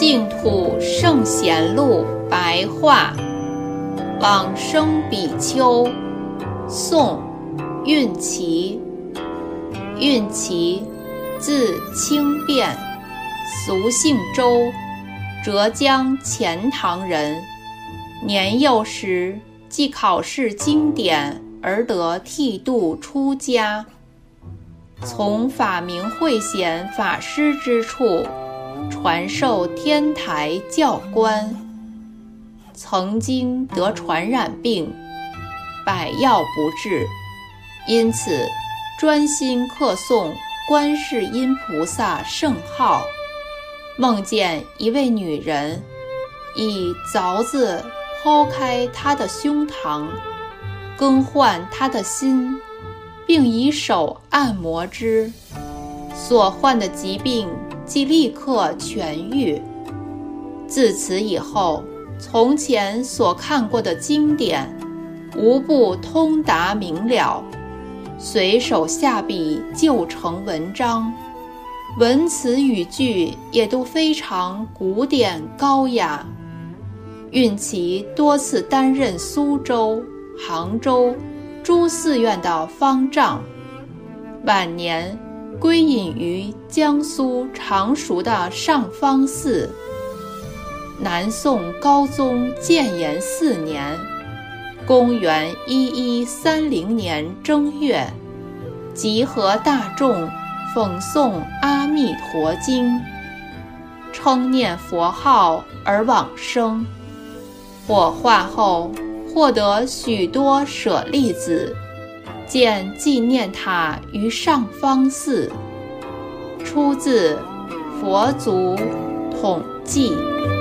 净土圣贤录白话，往生比丘，宋，运祺。运祺，字清辩，俗姓周，浙江钱塘人。年幼时即考试经典而得剃度出家，从法明慧显法师之处传授天台教官。曾经得传染病，百药不治，因此专心课诵观世音菩萨圣号，梦见一位女人以凿子剖开他的胸膛，更换他的心，并以手按摩之，所患的疾病即立刻痊愈。自此以后，从前所看过的经典无不通达明了，随手下笔就成文章，文词语句也都非常古典高雅。运祺多次担任苏州、杭州诸寺院的方丈，晚年归隐于江苏常熟的上方寺。南宋高宗建炎4年，公元1130年正月，集合大众讽诵阿弥陀经，称念佛号而往生。火化后获得许多舍利子，建纪念塔于上方寺。出自《佛祖统记》。